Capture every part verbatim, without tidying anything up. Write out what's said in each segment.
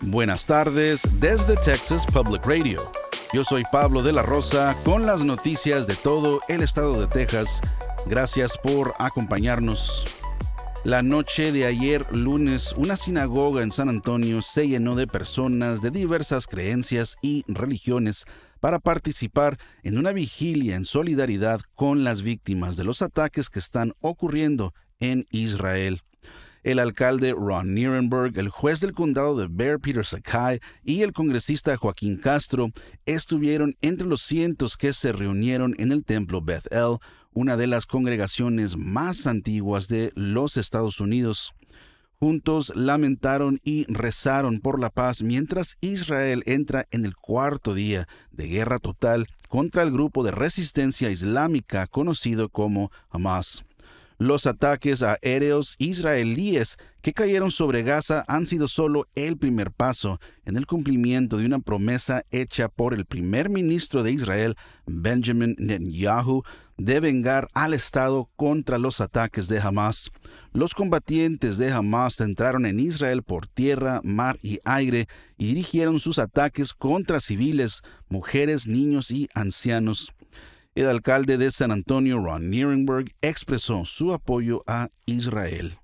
Buenas tardes desde Texas Public Radio. Yo soy Pablo de la Rosa con las noticias de todo el estado de Texas. Gracias por acompañarnos. La noche de ayer lunes, una sinagoga en San Antonio se llenó de personas de diversas creencias y religiones para participar en una vigilia en solidaridad con las víctimas de los ataques que están ocurriendo en Israel. El alcalde Ron Nirenberg, el juez del condado de Bexar Peter Sakai y el congresista Joaquín Castro estuvieron entre los cientos que se reunieron en el templo Beth El, una de las congregaciones más antiguas de los Estados Unidos. Juntos lamentaron y rezaron por la paz mientras Israel entra en el cuarto día de guerra total contra el grupo de resistencia islámica conocido como Hamas. Los ataques aéreos israelíes que cayeron sobre Gaza han sido solo el primer paso en el cumplimiento de una promesa hecha por el primer ministro de Israel, Benjamin Netanyahu, de vengar al Estado contra los ataques de Hamas. Los combatientes de Hamas entraron en Israel por tierra, mar y aire y dirigieron sus ataques contra civiles, mujeres, niños y ancianos. El alcalde de San Antonio, Ron Nirenberg, expresó su apoyo a Israel.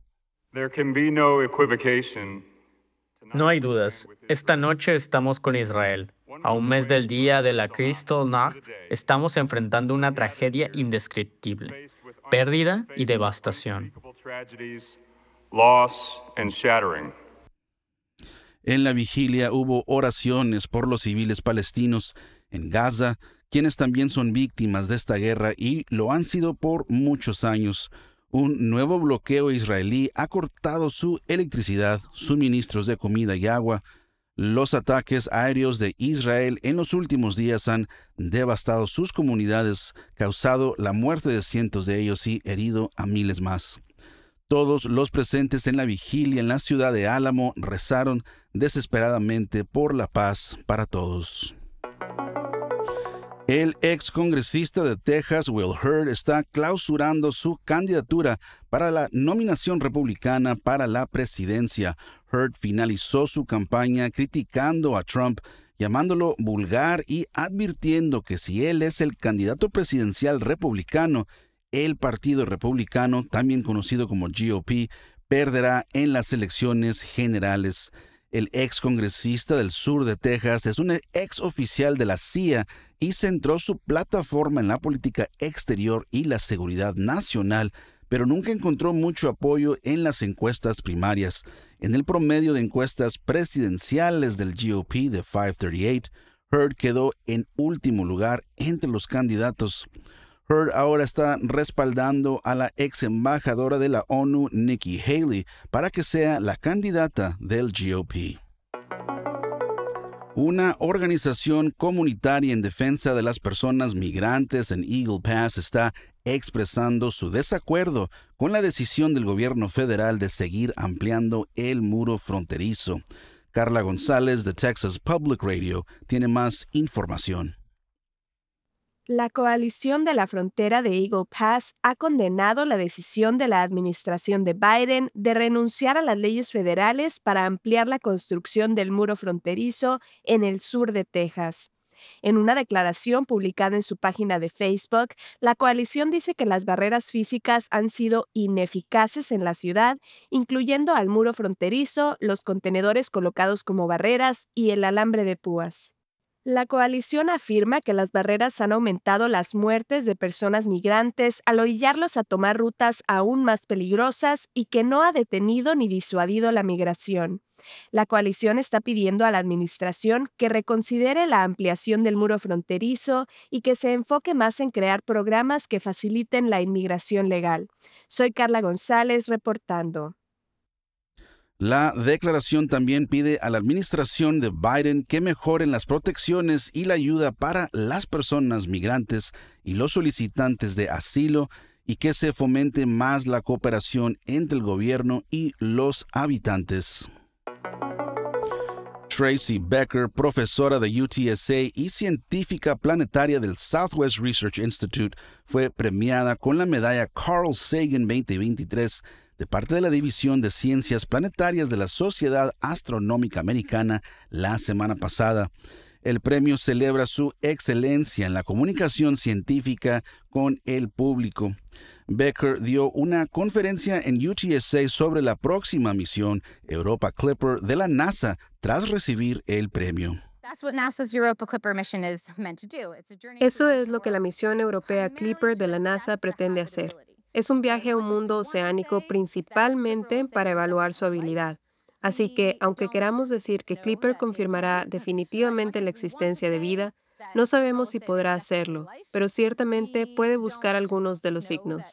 No hay dudas. Esta noche estamos con Israel. A un mes del día de la Kristallnacht, estamos enfrentando una tragedia indescriptible, pérdida y devastación. En la vigilia hubo oraciones por los civiles palestinos en Gaza, quienes también son víctimas de esta guerra y lo han sido por muchos años. Un nuevo bloqueo israelí ha cortado su electricidad, suministros de comida y agua. Los ataques aéreos de Israel en los últimos días han devastado sus comunidades, causado la muerte de cientos de ellos y herido a miles más. Todos los presentes en la vigilia en la ciudad de Álamo rezaron desesperadamente por la paz para todos. El ex congresista de Texas, Will Hurd, está clausurando su candidatura para la nominación republicana para la presidencia. Hurd finalizó su campaña criticando a Trump, llamándolo vulgar y advirtiendo que si él es el candidato presidencial republicano, el Partido Republicano, también conocido como G O P, perderá en las elecciones generales. El ex congresista del sur de Texas es un ex oficial de la C I A y centró su plataforma en la política exterior y la seguridad nacional, pero nunca encontró mucho apoyo en las encuestas primarias. En el promedio de encuestas presidenciales del G O P de quinientos treinta y ocho, Hurd quedó en último lugar entre los candidatos. Hurd ahora está respaldando a la ex embajadora de la ONU, Nikki Haley, para que sea la candidata del G O P. Una organización comunitaria en defensa de las personas migrantes en Eagle Pass está expresando su desacuerdo con la decisión del gobierno federal de seguir ampliando el muro fronterizo. Carla González de Texas Public Radio tiene más información. La coalición de la frontera de Eagle Pass ha condenado la decisión de la administración de Biden de renunciar a las leyes federales para ampliar la construcción del muro fronterizo en el sur de Texas. En una declaración publicada en su página de Facebook, la coalición dice que las barreras físicas han sido ineficaces en la ciudad, incluyendo al muro fronterizo, los contenedores colocados como barreras y el alambre de púas. La coalición afirma que las barreras han aumentado las muertes de personas migrantes al orillarlos a tomar rutas aún más peligrosas y que no ha detenido ni disuadido la migración. La coalición está pidiendo a la administración que reconsidere la ampliación del muro fronterizo y que se enfoque más en crear programas que faciliten la inmigración legal. Soy Carla González reportando. La declaración también pide a la administración de Biden que mejoren las protecciones y la ayuda para las personas migrantes y los solicitantes de asilo y que se fomente más la cooperación entre el gobierno y los habitantes. Tracy Becker, profesora de U T S A y científica planetaria del Southwest Research Institute, fue premiada con la medalla Carl Sagan veinte veintitrés de parte de la División de Ciencias Planetarias de la Sociedad Astronómica Americana la semana pasada. El premio celebra su excelencia en la comunicación científica con el público. Becker dio una conferencia en U T S A sobre la próxima misión Europa Clipper de la NASA tras recibir el premio. Eso es lo que la misión europea Clipper de la NASA pretende hacer. Es un viaje a un mundo oceánico principalmente para evaluar su habilidad. Así que, aunque queramos decir que Clipper confirmará definitivamente la existencia de vida, no sabemos si podrá hacerlo, pero ciertamente puede buscar algunos de los signos.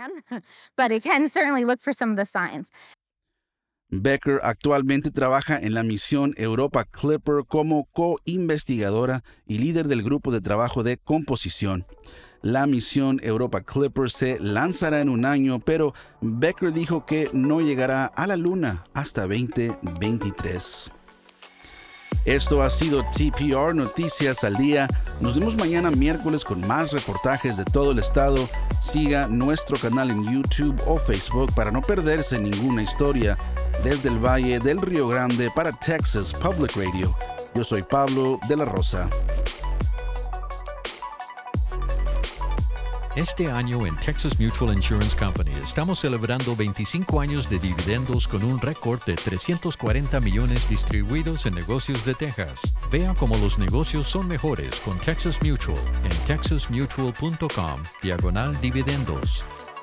Becker actualmente trabaja en la misión Europa Clipper como co-investigadora y líder del grupo de trabajo de composición. La misión Europa Clipper se lanzará en un año, pero Becker dijo que no llegará a la Luna hasta veinte veintitrés. Esto ha sido T P R Noticias al Día. Nos vemos mañana miércoles con más reportajes de todo el estado. Siga nuestro canal en YouTube o Facebook para no perderse ninguna historia. Desde el Valle del Río Grande para Texas Public Radio. Yo soy Pablo de la Rosa. Este año en Texas Mutual Insurance Company estamos celebrando veinticinco años de dividendos con un récord de trescientos cuarenta millones distribuidos en negocios de Texas. Vea cómo los negocios son mejores con Texas Mutual en texas mutual punto com diagonal dividendos.